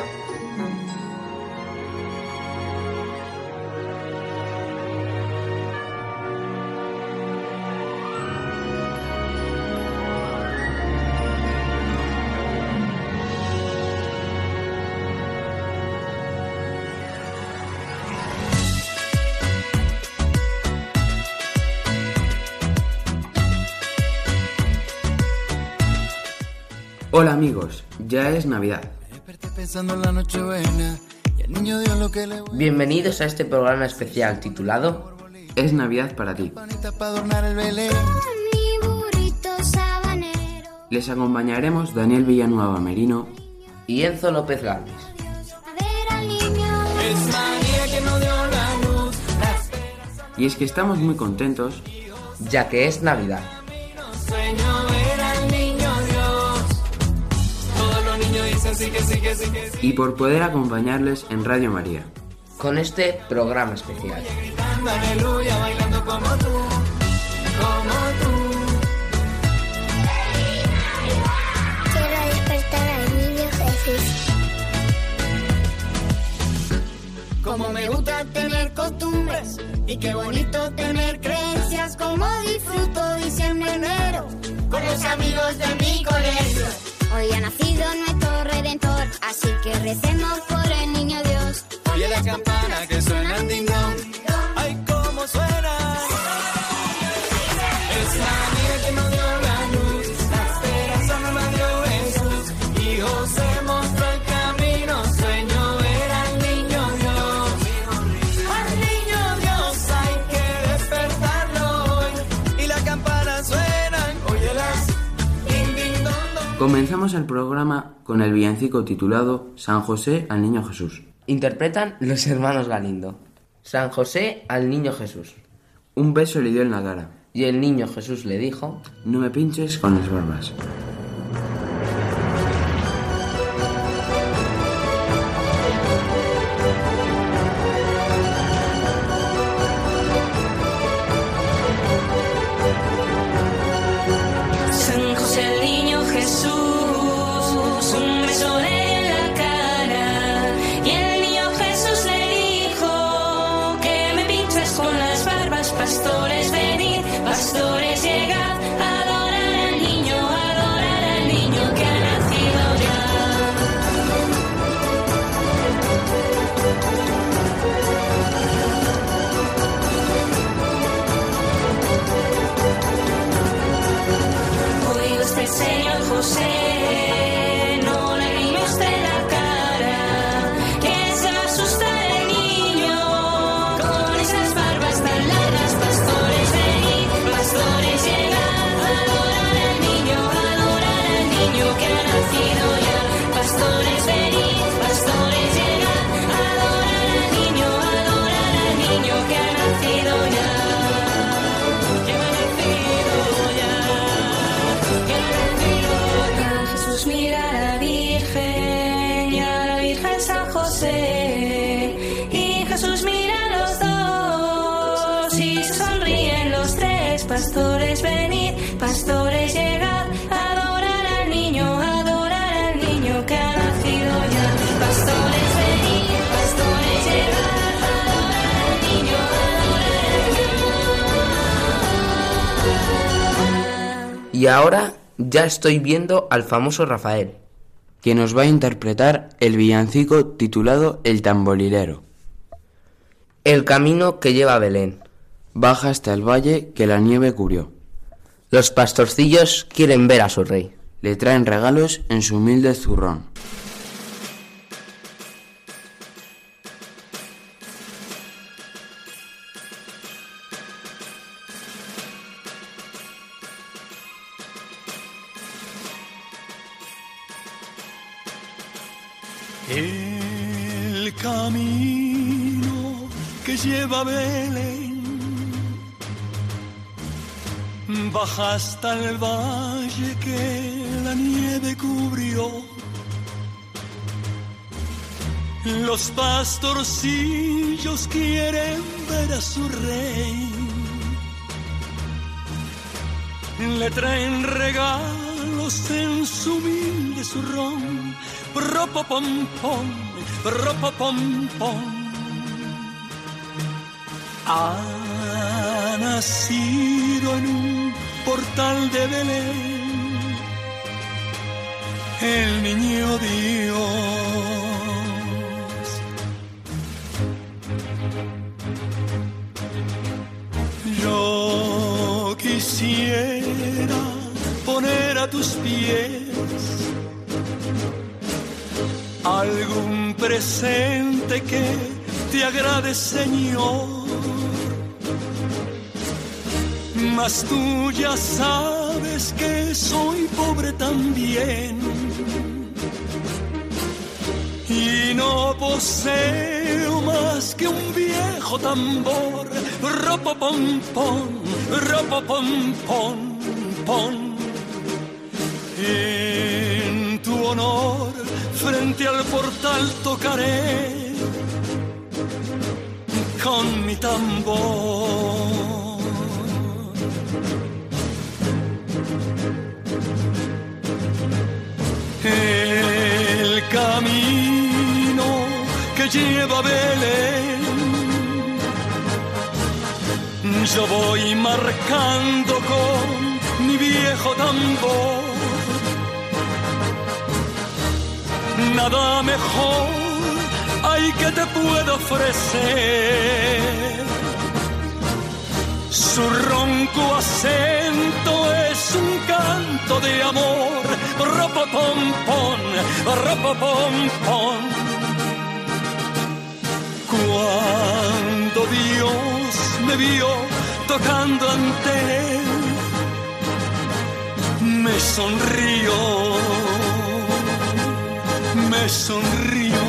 Hola amigos, ya es Navidad. Bienvenidos a este programa especial titulado Es Navidad para ti. Les acompañaremos Daniel Villanueva Merino y Enzo López Galvis. Y es que estamos muy contentos, ya que es Navidad. Y por poder acompañarles en Radio María con este programa especial. Quiero despertar al niño Jesús. Como me gusta tener costumbres y qué bonito tener creencias. Como disfruto diciembre, enero con los amigos de mi colegio. Hoy ha nacido nuestro Redentor, así que recemos por el niño Dios. Oye las campanas que suenan ding dong, ay cómo suenan. Es la niña que nos dio la luz, la esperanza nos la dio Jesús. Y José mostró el camino, sueño era el niño Dios. Al niño Dios hay que despertarlo hoy. Y las campanas suenan, óyelas. Comenzamos el programa con el villancico titulado San José al Niño Jesús. Interpretan los hermanos Galindo. San José al Niño Jesús. Un beso le dio en la cara. Y el niño Jesús le dijo: no me pinches con las barbas. San José el Niño Jesús, un beso le dio en la cara. Y el niño Jesús le dijo: que me pinchas con las barbas. Pastores venid, pastores llegad, adorar al niño que ha nacido ya. Oiga usted, señor José, no le grime usted la cara, que se va a asustar el niño con esas barbas tan largas. Pastores venid, pastores llegad, adorar al niño que ha nacido ya. Pastores venid, pastores llegad, adorar al niño que ha nacido ya. Que ha nacido ya. Jesús mira a la Virgen y a la Virgen San José. Y Jesús mira a los dos y se sonríen los tres. Pastores venid, pastores llegad, adorar al niño que ha nacido ya. Pastores venid, pastores llegad, adorar al niño Y ahora ya estoy viendo al famoso Rafael, que nos va a interpretar el villancico titulado El tamborilero. el camino que lleva a Belén. Baja hasta el valle que la nieve cubrió. Los pastorcillos quieren ver a su rey. Le traen regalos en su humilde zurrón. El camino que lleva a Belén baja hasta el valle que la nieve cubrió. Los pastorcillos quieren ver a su rey. Le traen regalos en su humilde zurrón. ropopompom, ropopompom. Ha nacido en un portal de Belén el niño Dios. Yo quisiera poner a tus pies algún presente que te agrade, Señor. Mas tú ya sabes que soy pobre también y no poseo más que un viejo tambor. Ropopompom, ropopompom, pom. En tu honor frente al portal tocaré con mi tambor. El camino que lleva a Belén yo voy marcando con mi viejo tambor. Nada mejor hay que te puedo ofrecer. Su ronco acento es un canto de amor. Ropopompom, ropopompom. Cuando Dios me vio tocando ante él, me sonrió, me sonrió.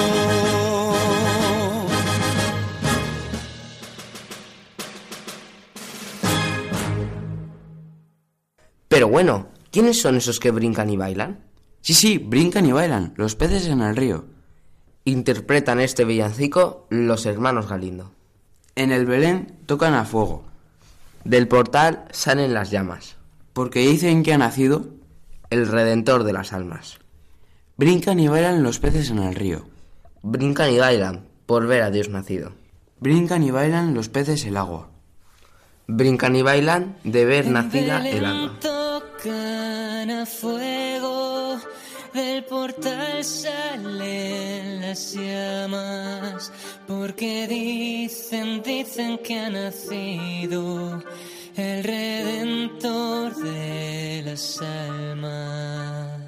Pero bueno, ¿quiénes son esos que brincan y bailan? Sí, brincan y bailan, los peces en el río. Interpretan este villancico los hermanos Galindo. En el Belén tocan a fuego, Del portal salen las llamas, porque dicen que ha nacido. el Redentor de las almas. Brincan y bailan los peces en el río. Brincan y bailan por ver a Dios nacido. Brincan y bailan los peces el agua. Brincan y bailan de ver nacida el alma. Tocan a fuego, del portal salen las llamas, porque dicen que ha nacido el Redentor de las almas.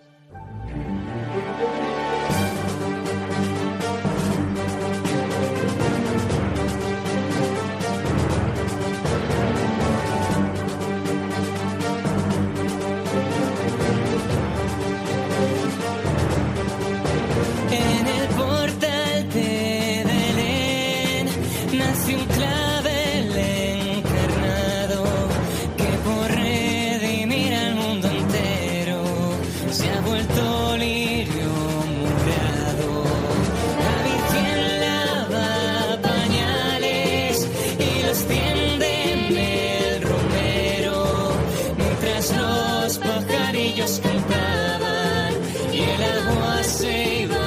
En el portal de Belén nació un clavel encarnado que por redimir al mundo entero se ha vuelto lirio morado. La Virgen lava pañales y los tiende en el romero, mientras los pajarillos cantaban y el agua se iba.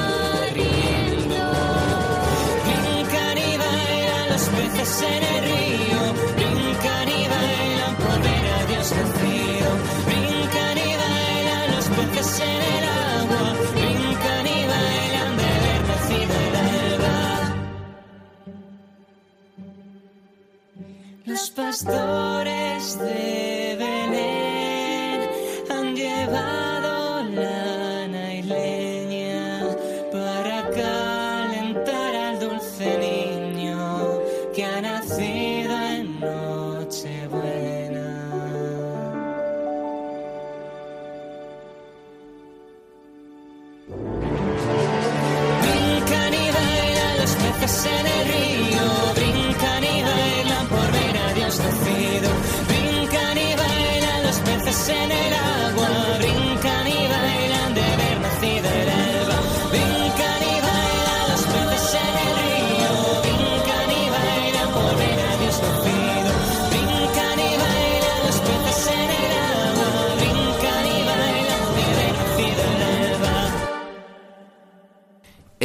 En el río, brincan y bailan por ver a Dios nacido. Brincan y bailan los peces en el agua. Brincan y bailan de ver nacido el alba. Los pastores de Belén han llevado lana y leña para calentar al dulce niño que ha nacido en Nochebuena. Brincan y bailan los peces en el río, brincan y bailan por ver a Dios nacido.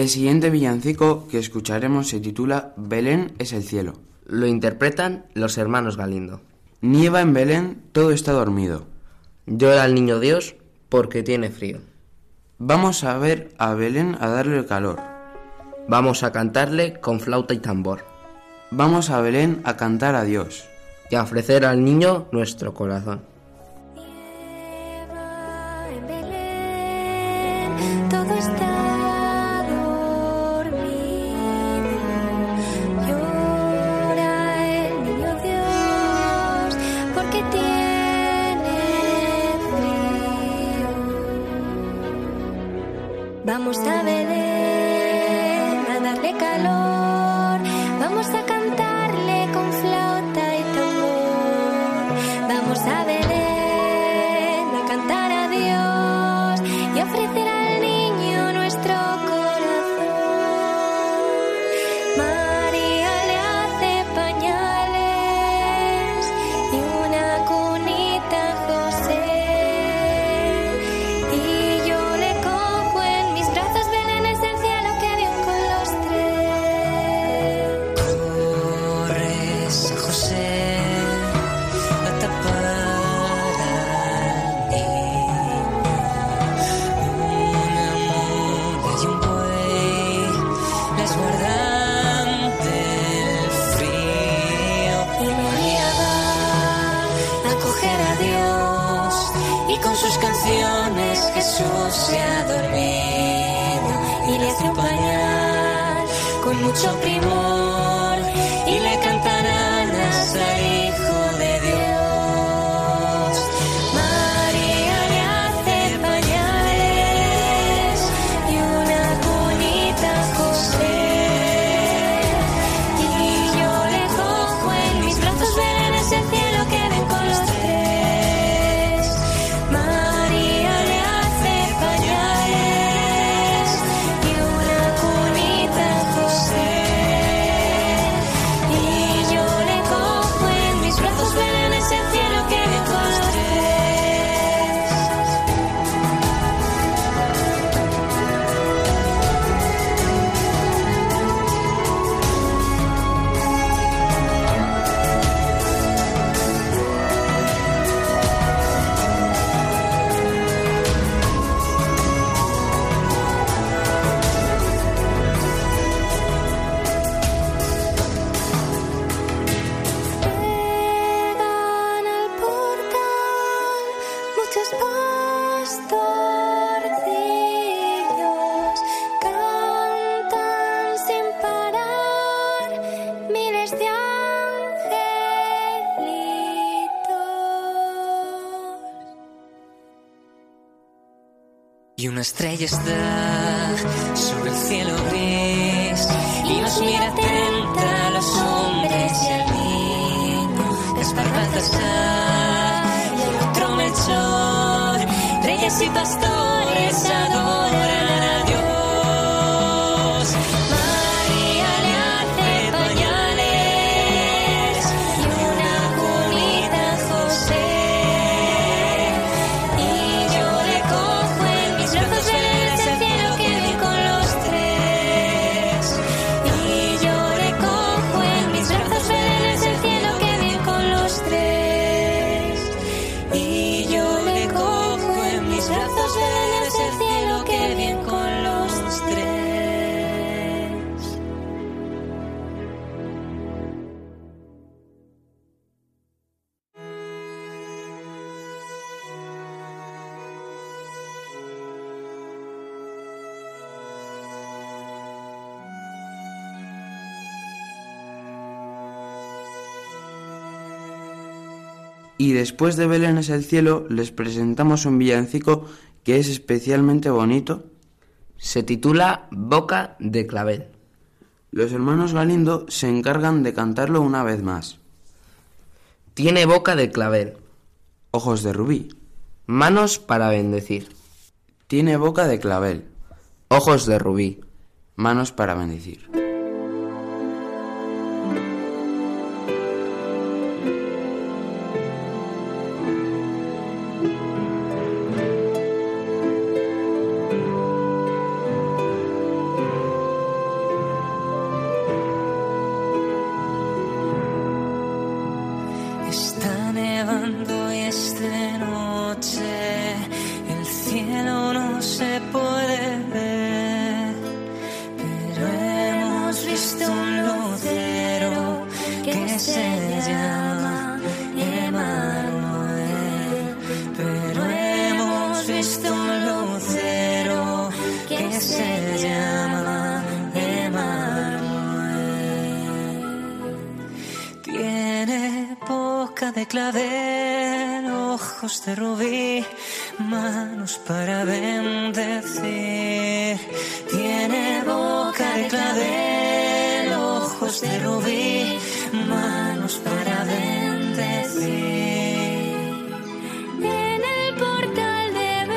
El siguiente villancico que escucharemos se titula Belén es el cielo. Lo interpretan los hermanos Galindo. Nieva en Belén, todo está dormido. Llora el niño Dios porque tiene frío. Vamos a ver a Belén a darle el calor. Vamos a cantarle con flauta y tambor. Vamos a Belén a cantar a Dios. Y a ofrecer al niño nuestro corazón. Nieva en Belén, todo está dormido. Llora el niño Dios porque tiene frío. Vamos a Belén a darle calor. Vamos a cantarle con flauta y tambor. Vamos a Belén a cantar a Dios y ofrecer al niño nuestro corazón. María le hace pañales y una cunita a José. Y yo le cojo en mis brazos, Belén es el cielo que dio con los tres. Corres, José, a tapar al niño. Una mula y un buey les guardan del frío. Y María va a coger a Dios Y con sus canciones Jesús se ha dormido. y le hace un pañal Con mucho primor y le cantarán hasta Hijo de Dios. María le hace pañales y una cunita a José. Y yo le cojo en mis brazos, Belén es el cielo que ven con los tres. María le hace pañales y una cunita a José. Y yo le cojo en mis brazos, Belén es el cielo que ven con los tres. Llegan al portal muchos pastorcillos, cantan sin parar miles de angelitos. Y una estrella está sobre el cielo gris y nos mira atenta a los hombres y al niño. Gaspar, Baltasar y el otro Melchor, reyes y pastores adoran a Dios. María le hace pañales y una cunita a José. Y yo le cojo en mis brazos, Belén es el cielo que vi con los tres. Y yo le cojo en mis brazos, Belén es el cielo que vi con los tres. Y yo le cojo en mis brazos, Belén es el cielo que vi con los tres. Y después de Belén es el cielo, les presentamos un villancico que es especialmente bonito. Se titula Boca de clavel. Los hermanos Galindo se encargan de cantarlo una vez más. Tiene boca de clavel, Ojos de rubí. manos para bendecir, Tiene boca de clavel. ojos de rubí. Manos para bendecir. que se llama Emanuel, pero hemos visto un lucero que se llama Emanuel. Tiene boca de clavel, ojos de rubí, manos para bendecir. Tiene boca de clavel, ojos de rubí, manos para bendecir. En el portal de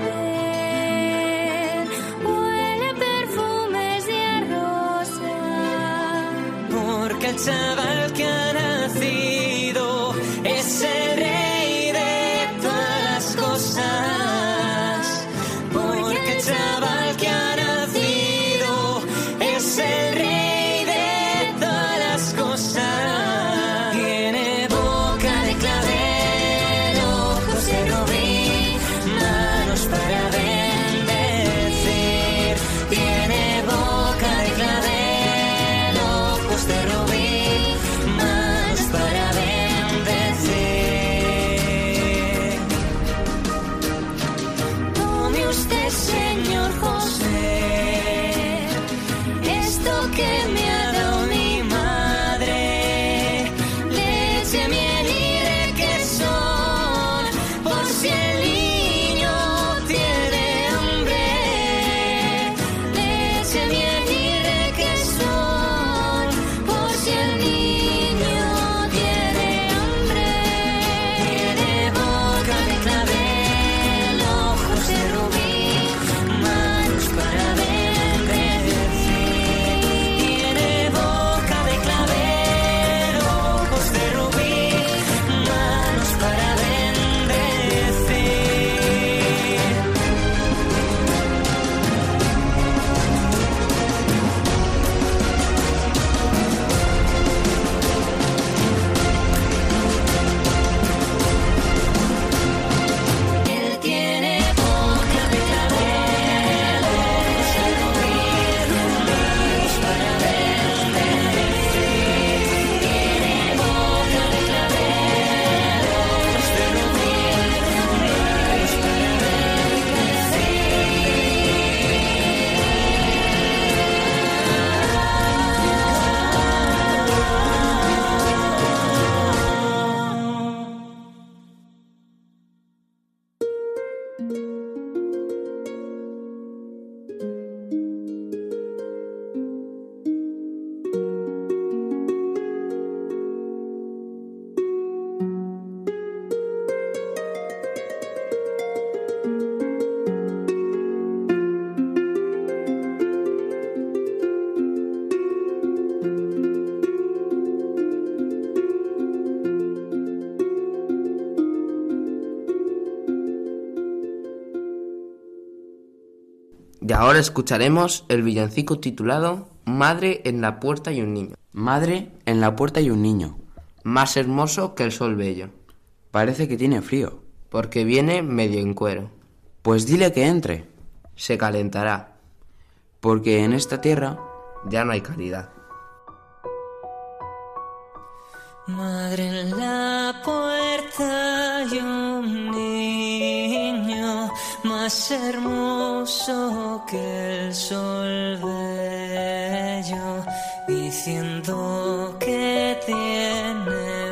Belén huele perfumes de rosa, Porque el chaval que ha nacido es el rey de todas las cosas. Porque el chaval que ha nacido es el rey de todas las cosas. Tiene boca de clavel, ojos de rubí, manos para bendecir. Tiene boca de clavel, ojos de rubí, manos para bendecir. tome usted, señor José, esto que me ha dado mi madre, leche, miel y requesón, por si el niño tiene hambre. Leche, miel y requesón, por si el niño tiene hambre. Tiene boca de clavel, ojos de rubí, manos para bendecir. Tiene boca de clavel, ojos de rubí, manos para bendecir. Él tiene boca de clavel, ojos de rubí, manos para bendecir. Tiene boca de clavel, ojos de rubí, manos para Y ahora escucharemos el villancico titulado Madre en la puerta y un niño. Madre, en la puerta hay un niño. Más hermoso que el sol bello, Parece que tiene frío. porque viene medio en cuero. Pues dile que entre, Se calentará, porque en esta tierra ya no hay caridad. Madre en la puerta y un niño más hermoso que el sol bello, diciendo que tiene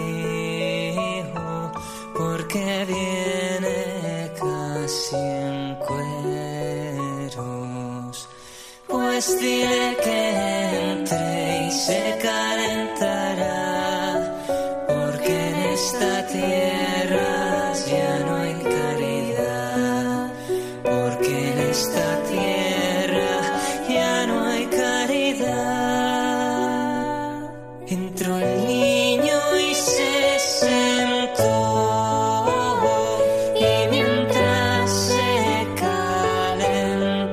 frío porque viene casi en cueros. Pues dile que entre y se calentará, porque en esta tierra ya no hay caridad, porque en esta tierra ya no hay caridad. Entró el niño y se sentó, y mientras se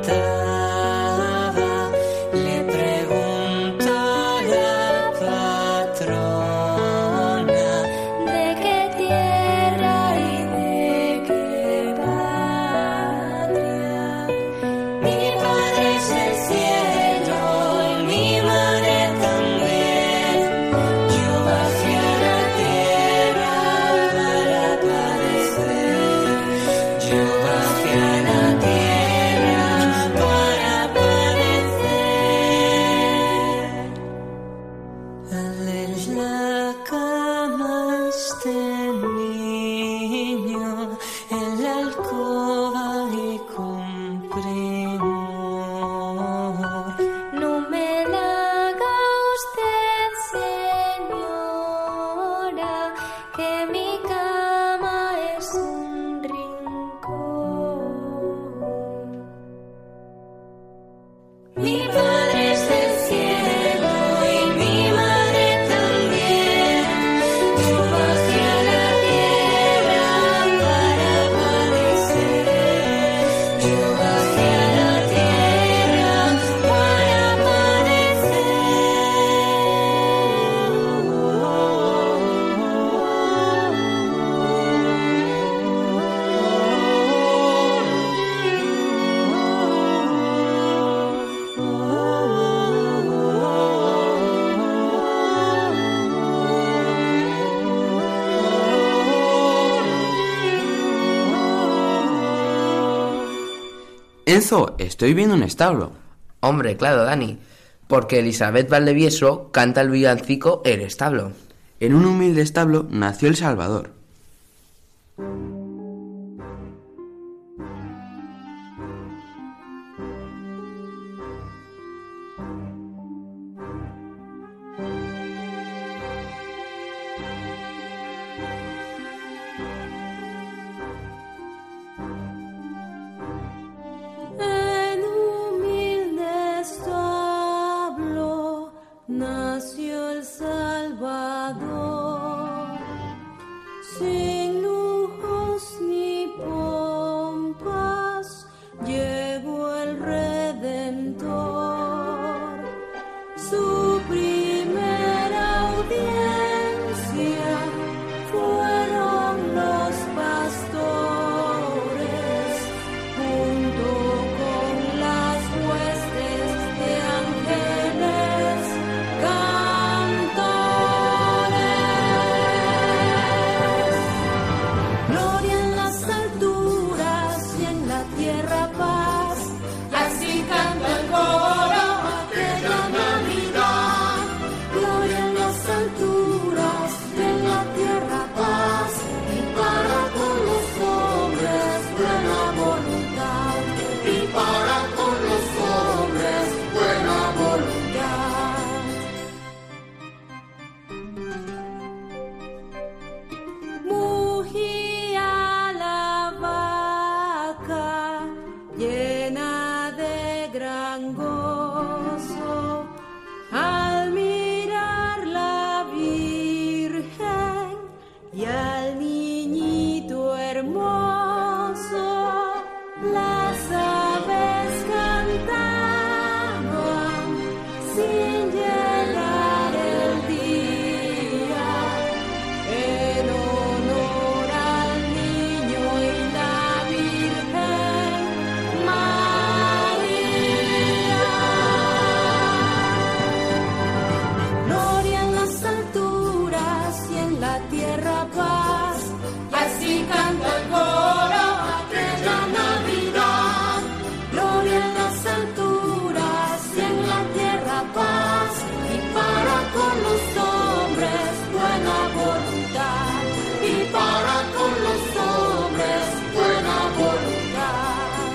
calentaba, le preguntó la Mi Padre es del cielo y mi madre también. Yo bajé a la tierra para padecer. Yo bajé a la tierra para Enzo, estoy viendo un establo. Hombre, claro, Dani, porque Elizabeth Valdivieso canta el villancico El establo. En un humilde establo nació el Salvador. En humilde establo nació el Salvador, sin lujos ni pompas llegó el Redentor. Su primera audiencia fueron los pastores, junto con las huestes de ángeles cantores. Gloria en las alturas y en la tierra paz, así canta el coro aquella Navidad. Gloria en las alturas y en la tierra paz, y para con los hombres buena voluntad, y para con los hombres buena voluntad. Mugía la vaca llena de gran gozo al mirar la Virgen y al niñito hermoso. Las aves cantaban sin llegar el día, en honor al niño y la Virgen María. Gloria en las alturas y en la tierra paz, y así canta el coro aquella Navidad. Gloria en las alturas y en la tierra paz, y para con los hombres buena voluntad, y para con los hombres buena voluntad.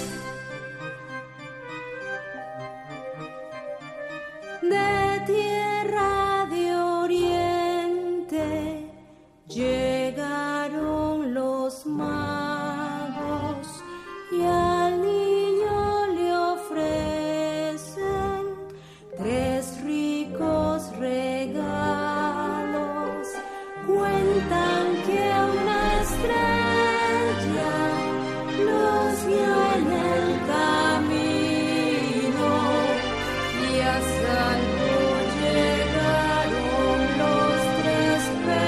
De tierra de oriente llegaron los magos y al niño le ofrecen 3 ricos regalos. Cuentan que una estrella los guió en el camino y a salvo llegaron los 3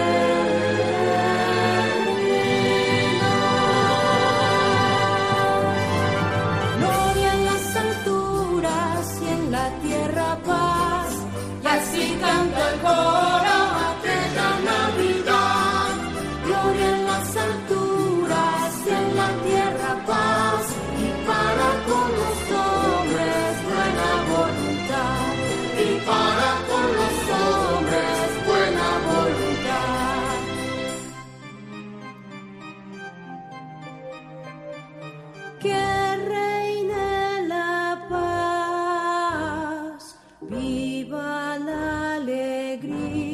peregrinos. Gloria en las alturas y en la tierra paz, y así canta el coro aquella Navidad. Gloria en las alturas y en la tierra paz, y para con los hombres buena voluntad, y para con los hombres buena voluntad. Que reine la paz, viva la alegría.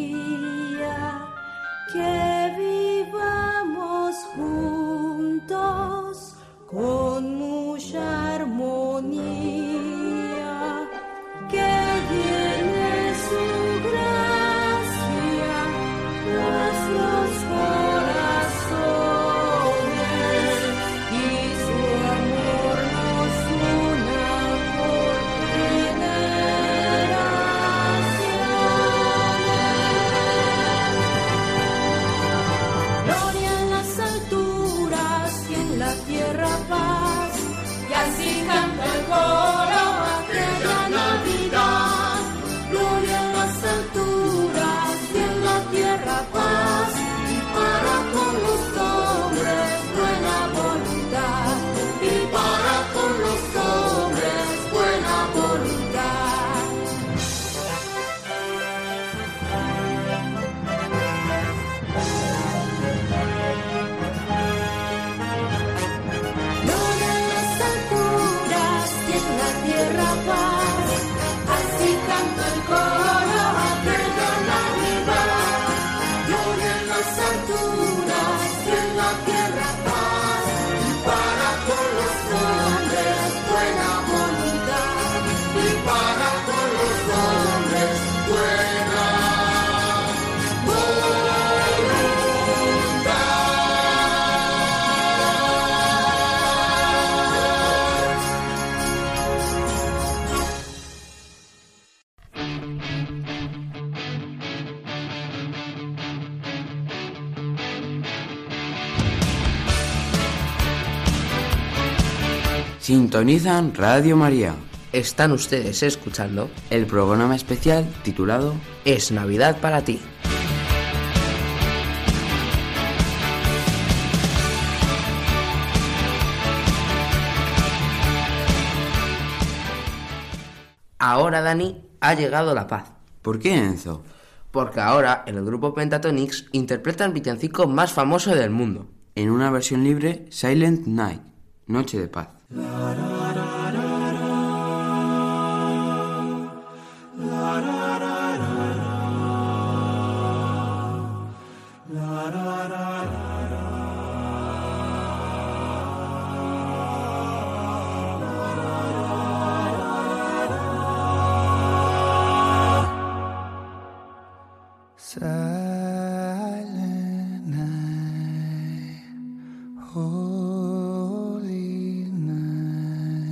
tierra paz. Así canta el coro aquella Navidad. Gloria en las alturas y en la tierra paz. Y para con los hombres buena voluntad. Y para con los hombres buena Sintonizan Radio María, Están ustedes escuchando el programa especial titulado Es Navidad para ti. Ahora, Dani, ha llegado la paz. ¿Por qué, Enzo? Porque ahora el grupo Pentatonix interpreta el villancico más famoso del mundo. En una versión libre, Silent Night, Noche de Paz. Silent night, holy night.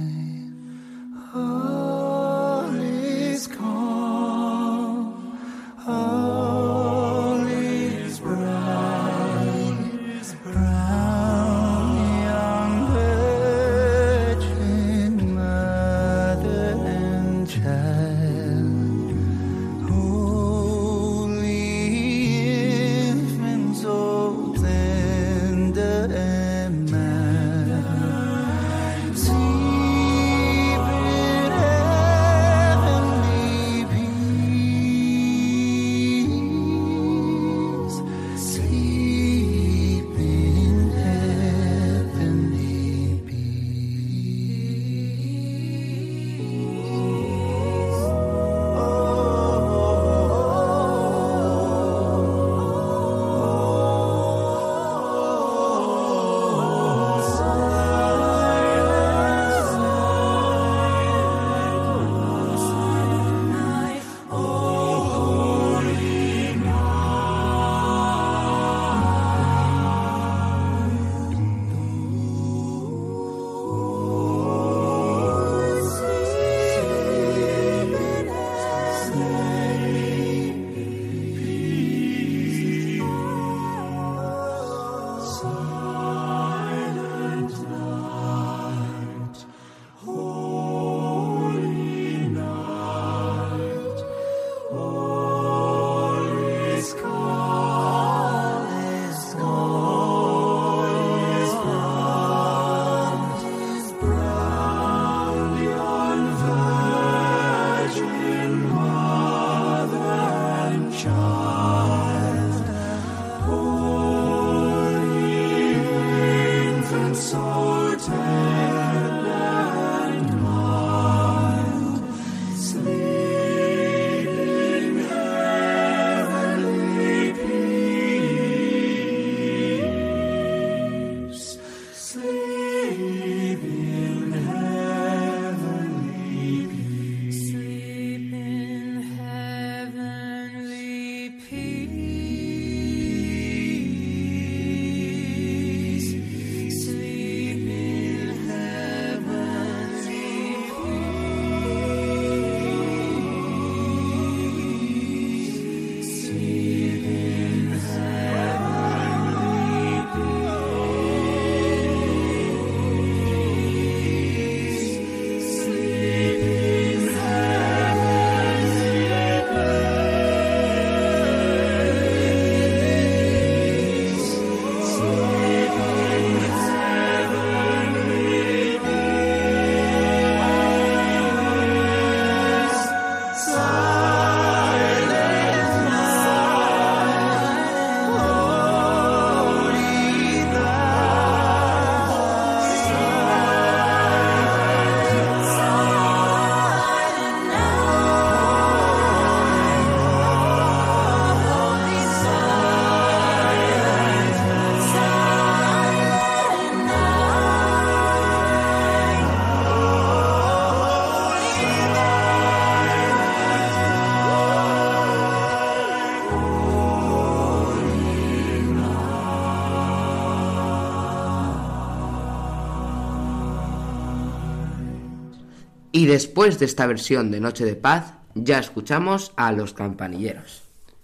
Y después de esta versión de Noche de Paz, ya escuchamos a Los Campanilleros.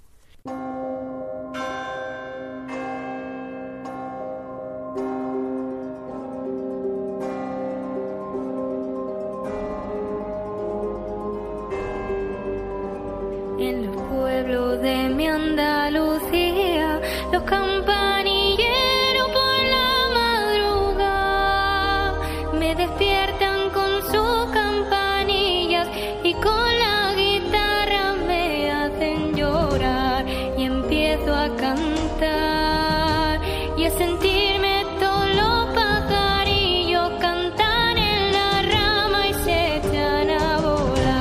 En los pueblos de mi Andalucía, los campanilleros por la madrugada me despiertan con sus campanillas y con la guitarra me hacen llorar y empiezo a cantar y a sentirme todos los pajarillos cantan en la rama y se echan a volar.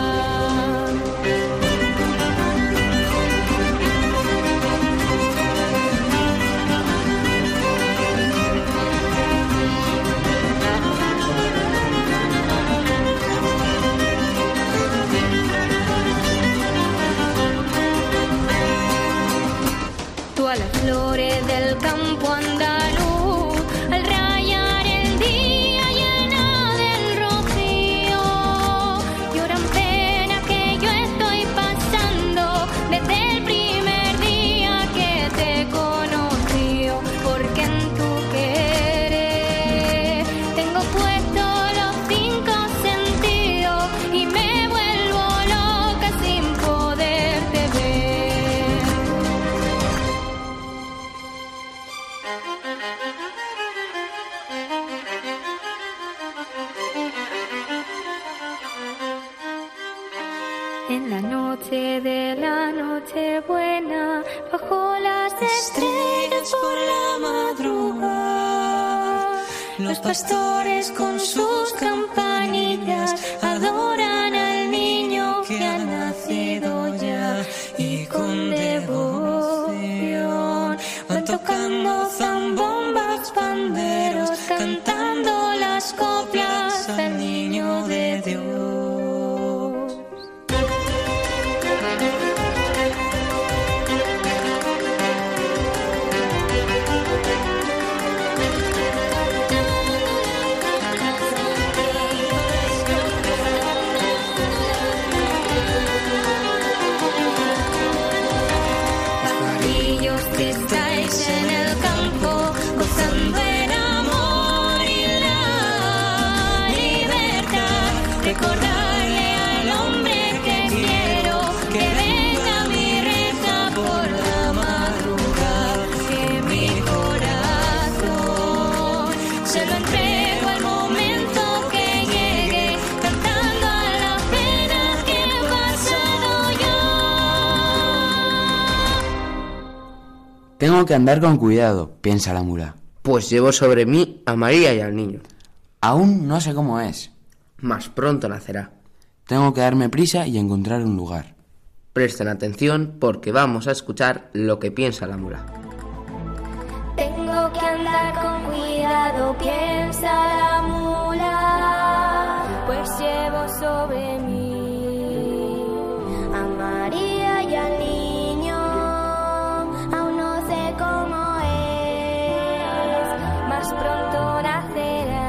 Todas las flores del campo andaluz, al rayar el día llena del rocío, lloran pena que yo estoy pasando desde el primer día que te conocí, porque en tu querer tengo puestos los 5 sentidos y me vuelvo loca sin poderte ver. En la noche de la Nochebuena, bajo las estrellas por la madrugada, los pastores con sus campanillas adoran al niño que ha nacido ya y con devoción van tocando zambombas, panderos, cantando las coplas al niño de Dios. Pajarillos que estáis en el campo, gozando el amor y la libertad, recordarle al hombre que quiero que venga mi reza por la madrugada, que mi corazón se lo entrego al momento que llegue, cantando a la pena que he pasado yo. Tengo que andar con cuidado, piensa la mula. Pues llevo sobre mí a María y al niño. Aún no sé cómo es. Más pronto nacerá. Tengo que darme prisa y encontrar un lugar. Presten atención porque vamos a escuchar lo que piensa la mula. Tengo que andar con cuidado, piensa la mula, pues llevo sobre mí a María y al niño, aún no sé cómo es, más pronto nacerá,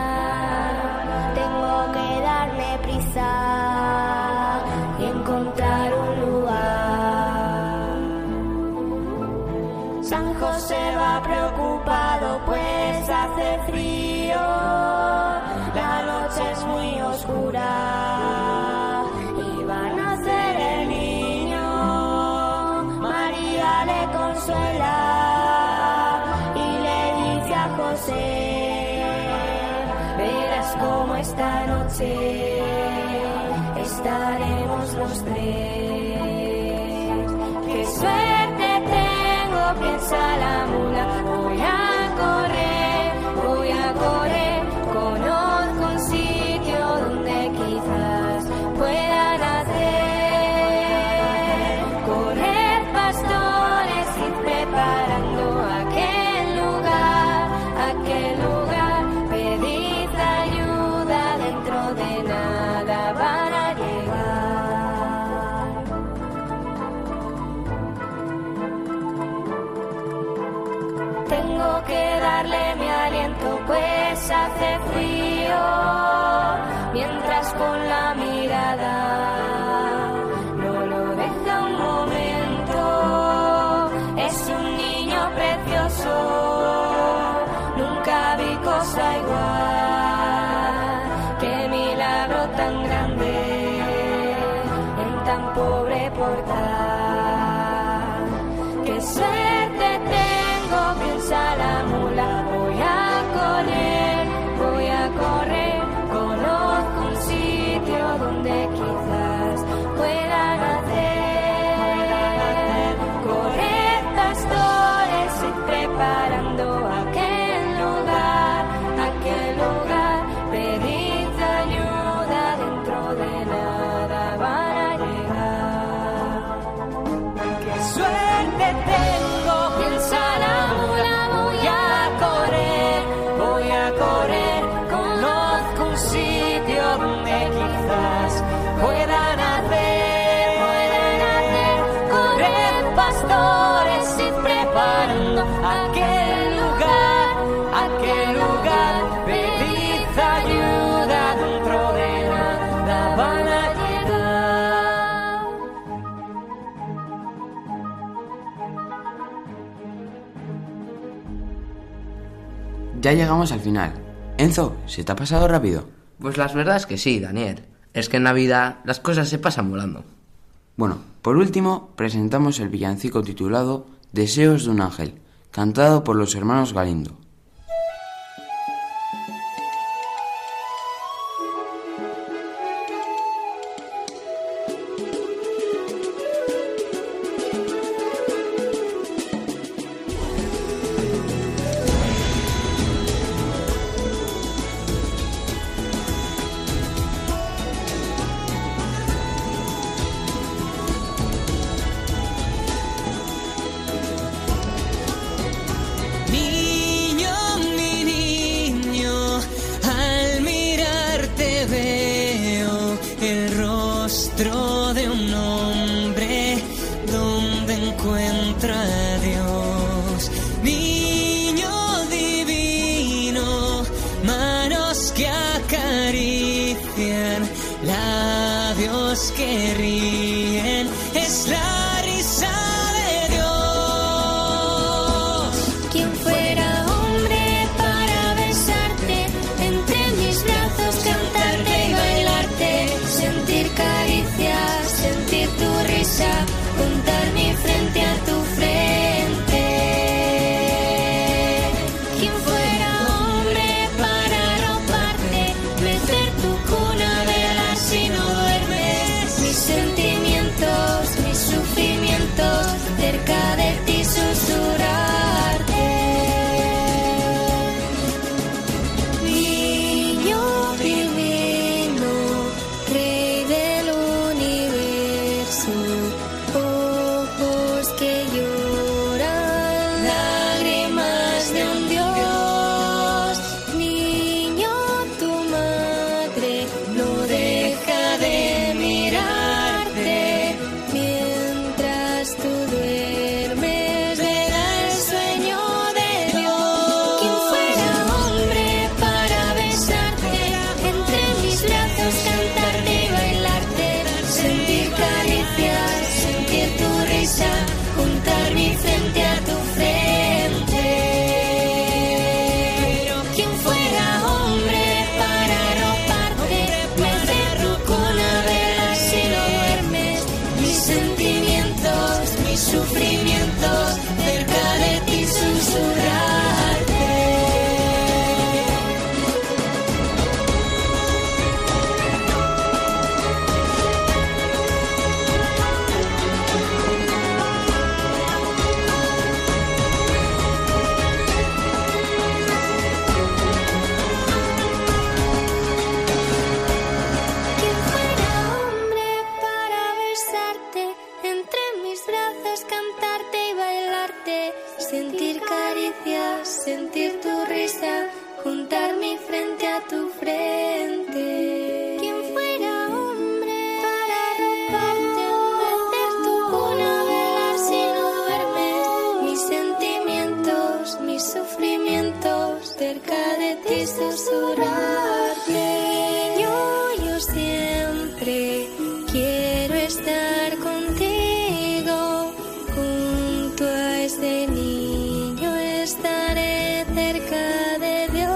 tengo que darme prisa y encontrar un lugar. San José va preocupado pues hace frío, la noche es muy oscura y va a nacer el niño. María le consuela y le dice a José, verás cómo esta noche estaremos los tres. Qué suerte tengo, piensa la mula, voy a correr, conozco un sitio donde quizás pueda nacer. Corred pastores, id preparando aquel lugar, pedid ayuda, dentro de nada van a llegar. con la mirada, no lo deja un momento. Es un niño precioso, nunca vi cosa igual. Qué milagro tan grande en tan pobre portal. Qué suerte tengo, piensa la mula. Voy a correr, conozco un sitio donde quizás pueda nacer. Corred, pastores, y preparando aquel lugar, pedid ayuda, dentro de nada van a llegar. Qué suerte tengo, piensa la mula. Voy a correr, conozco un sitio donde quizás pueda nacer. Corred, pastores, y preparando aquel lugar, pedid ayuda, dentro de nada van a llegar. Ya llegamos al final. Enzo, ¿se te ha pasado rápido? Pues la verdad es que sí, Daniel. Es que en Navidad las cosas se pasan volando. Bueno, por último, presentamos el villancico titulado Deseos de un ángel, cantado por los hermanos Galindo. Labios que ríen, es la risa de Dios. Quien fuera hombre para besarte, entre mis brazos cantarte y bailarte, sentir caricias, sentir tu risa, juntar mi frente a tu frente. Quien fuera hombre para arroparte, mecer tu cuna, velar si no duermes, mis sentimientos, mis sufrimientos, cerca de ti susurrarte. Niño divino, rey del universo, ojos que lloran, lágrimas de un Dios. Niño, tu madre no deja de mirarte, mientras tú duermes, vela el sueño de Dios. Quien fuera hombre para besarte, entre mis brazos cantarte y bailarte, sentir caricias, sentir tu risa, juntar mi frente a tu frente. Quien fuera hombre para arroparte, mecer tu cuna, velar si no duermes, mis sentimientos, mis sufrimientos, cerca de ti susurrarte. Quien fuera hombre para besarte, entre mis brazos cantarte y bailarte, sentir caricias, sentir tu risa, juntar mi frente a tu frente. Quien fuera hombre para arroparte, mecer tu cuna, velar si no duermes, mis sentimientos, mis sufrimientos, cerca de ti susurrarte. Yo siento madre, quiero estar contigo. Junto a este niño estaré cerca de Dios.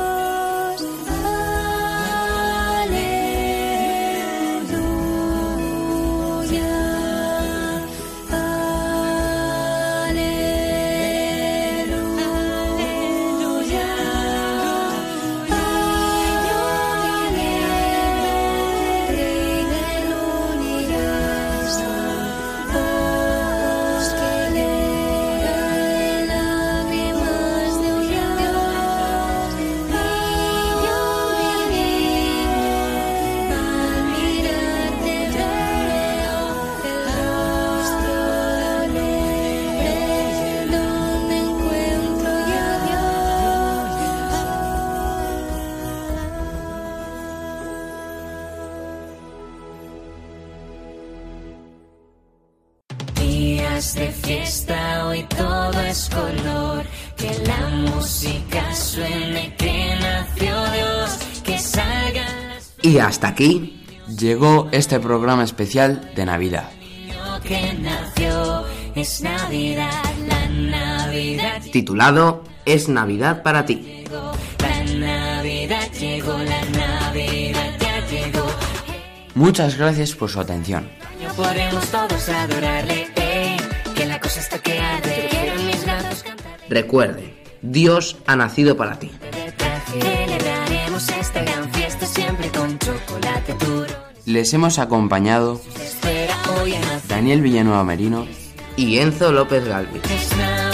De fiesta, hoy todo es color, que la música suene, que nació Dios, que salgan las Y hasta aquí llegó este programa especial de Navidad. flores que nació, es Navidad, la Navidad titulado Es Navidad para ti. llegó, la Navidad llegó, la Navidad ya llegó. Muchas gracias por su atención. Podemos todos adorarle, que la cosa está que arde. Quiero mis brazos cantar. Recuerden, Dios ha nacido para ti. Celebraremos esta gran fiesta siempre con chocolate duro. Les hemos acompañado Espera hoy en la Daniel Villanueva Merino y Enzo López Galvis. es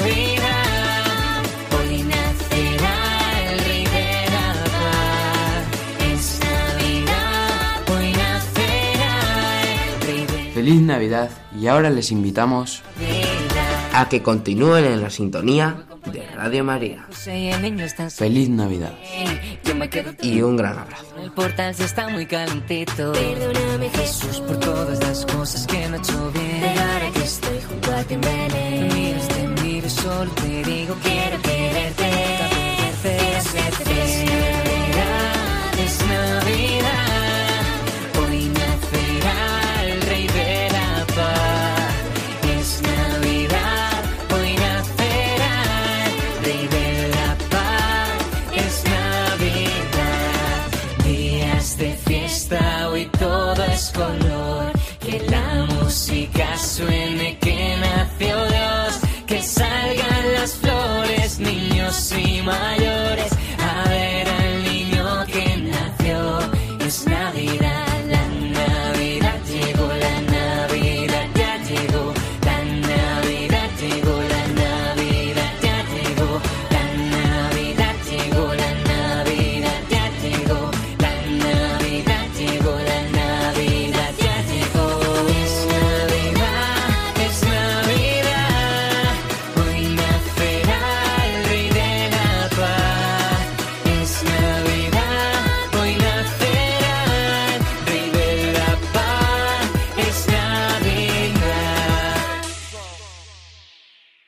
Navidad, hoy nacerá el Rey de la Paz. Es Navidad, hoy nacerá el Rey de feliz Navidad y ahora les invitamos la Vida. A que continúen en la sintonía de Radio María. José y el niño están feliz Navidad. yo me quedo Y un gran abrazo. en el portal, si está muy calentito. Perdóname, Jesús, Por todas las cosas que no he hecho bien. pero ahora que estoy junto a ti en Belén. Te miro, solo te digo quiero quererte. Es Navidad, hoy nacerá el Rey de la Paz. Es Navidad, hoy nacerá el Rey de la Paz. Es Navidad, días de fiesta, hoy todo es color. Que la música suene, que nació Dios, que salgan las flores, niños y mayores.